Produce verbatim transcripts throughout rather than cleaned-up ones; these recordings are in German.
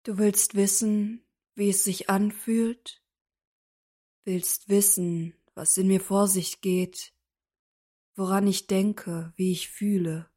Du willst wissen, wie es sich anfühlt? Willst wissen, was in mir vor sich geht, woran ich denke, wie ich fühle?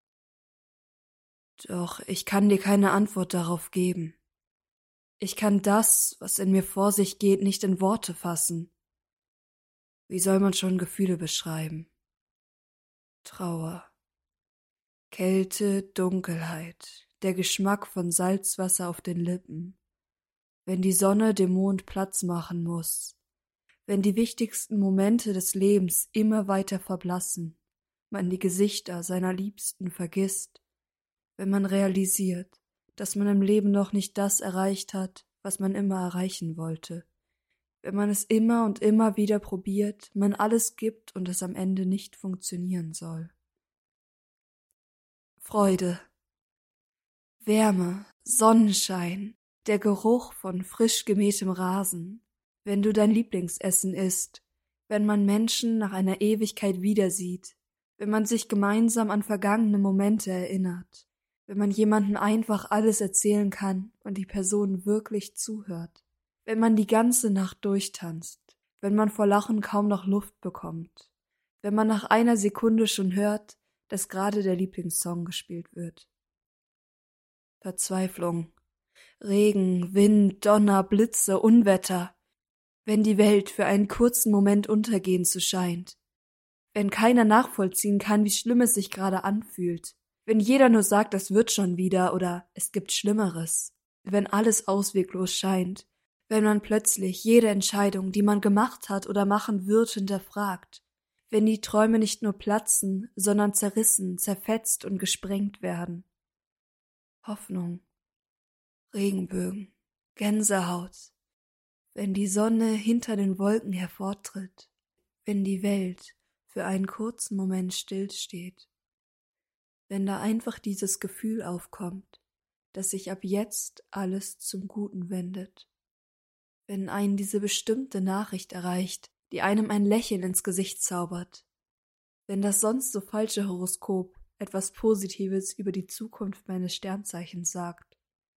Doch ich kann dir keine Antwort darauf geben. Ich kann das, was in mir vor sich geht, nicht in Worte fassen. Wie soll man schon Gefühle beschreiben? Trauer, Kälte, Dunkelheit, der Geschmack von Salzwasser auf den Lippen, wenn die Sonne dem Mond Platz machen muss, wenn die wichtigsten Momente des Lebens immer weiter verblassen, man die Gesichter seiner Liebsten vergisst, wenn man realisiert, dass man im Leben noch nicht das erreicht hat, was man immer erreichen wollte, wenn man es immer und immer wieder probiert, man alles gibt und es am Ende nicht funktionieren soll. Freude, Wärme, Sonnenschein, der Geruch von frisch gemähtem Rasen, wenn du dein Lieblingsessen isst, wenn man Menschen nach einer Ewigkeit wiedersieht, wenn man sich gemeinsam an vergangene Momente erinnert, wenn man jemandem einfach alles erzählen kann und die Person wirklich zuhört, wenn man die ganze Nacht durchtanzt, wenn man vor Lachen kaum noch Luft bekommt, wenn man nach einer Sekunde schon hört, dass gerade der Lieblingssong gespielt wird. Verzweiflung, Regen, Wind, Donner, Blitze, Unwetter, wenn die Welt für einen kurzen Moment untergehen zu scheint, wenn keiner nachvollziehen kann, wie schlimm es sich gerade anfühlt, wenn jeder nur sagt, das wird schon wieder oder es gibt Schlimmeres, wenn alles ausweglos scheint, wenn man plötzlich jede Entscheidung, die man gemacht hat oder machen wird, hinterfragt, wenn die Träume nicht nur platzen, sondern zerrissen, zerfetzt und gesprengt werden. Hoffnung, Regenbögen, Gänsehaut, wenn die Sonne hinter den Wolken hervortritt, wenn die Welt für einen kurzen Moment stillsteht, wenn da einfach dieses Gefühl aufkommt, dass sich ab jetzt alles zum Guten wendet, wenn einen diese bestimmte Nachricht erreicht, die einem ein Lächeln ins Gesicht zaubert, wenn das sonst so falsche Horoskop etwas Positives über die Zukunft meines Sternzeichens sagt.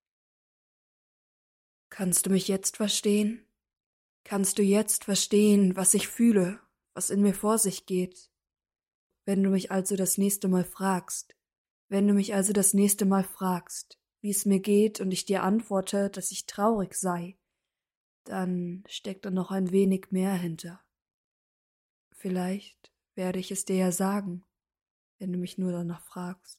Kannst du mich jetzt verstehen? Kannst du jetzt verstehen, was ich fühle, was in mir vor sich geht? Wenn du mich also das nächste Mal fragst, wenn du mich also das nächste Mal fragst, wie es mir geht und ich dir antworte, dass ich traurig sei, dann steckt da noch ein wenig mehr hinter. Vielleicht werde ich es dir ja sagen, wenn du mich nur danach fragst.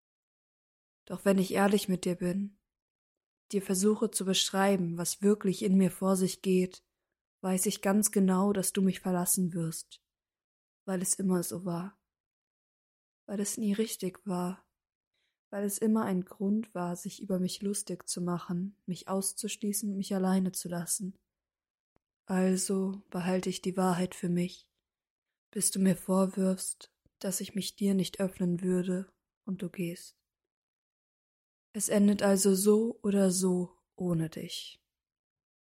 Doch wenn ich ehrlich mit dir bin, dir versuche zu beschreiben, was wirklich in mir vor sich geht, weiß ich ganz genau, dass du mich verlassen wirst, weil es immer so war, weil es nie richtig war, weil es immer ein Grund war, sich über mich lustig zu machen, mich auszuschließen und mich alleine zu lassen. Also behalte ich die Wahrheit für mich, bis du mir vorwirfst, dass ich mich dir nicht öffnen würde und du gehst. Es endet also so oder so ohne dich.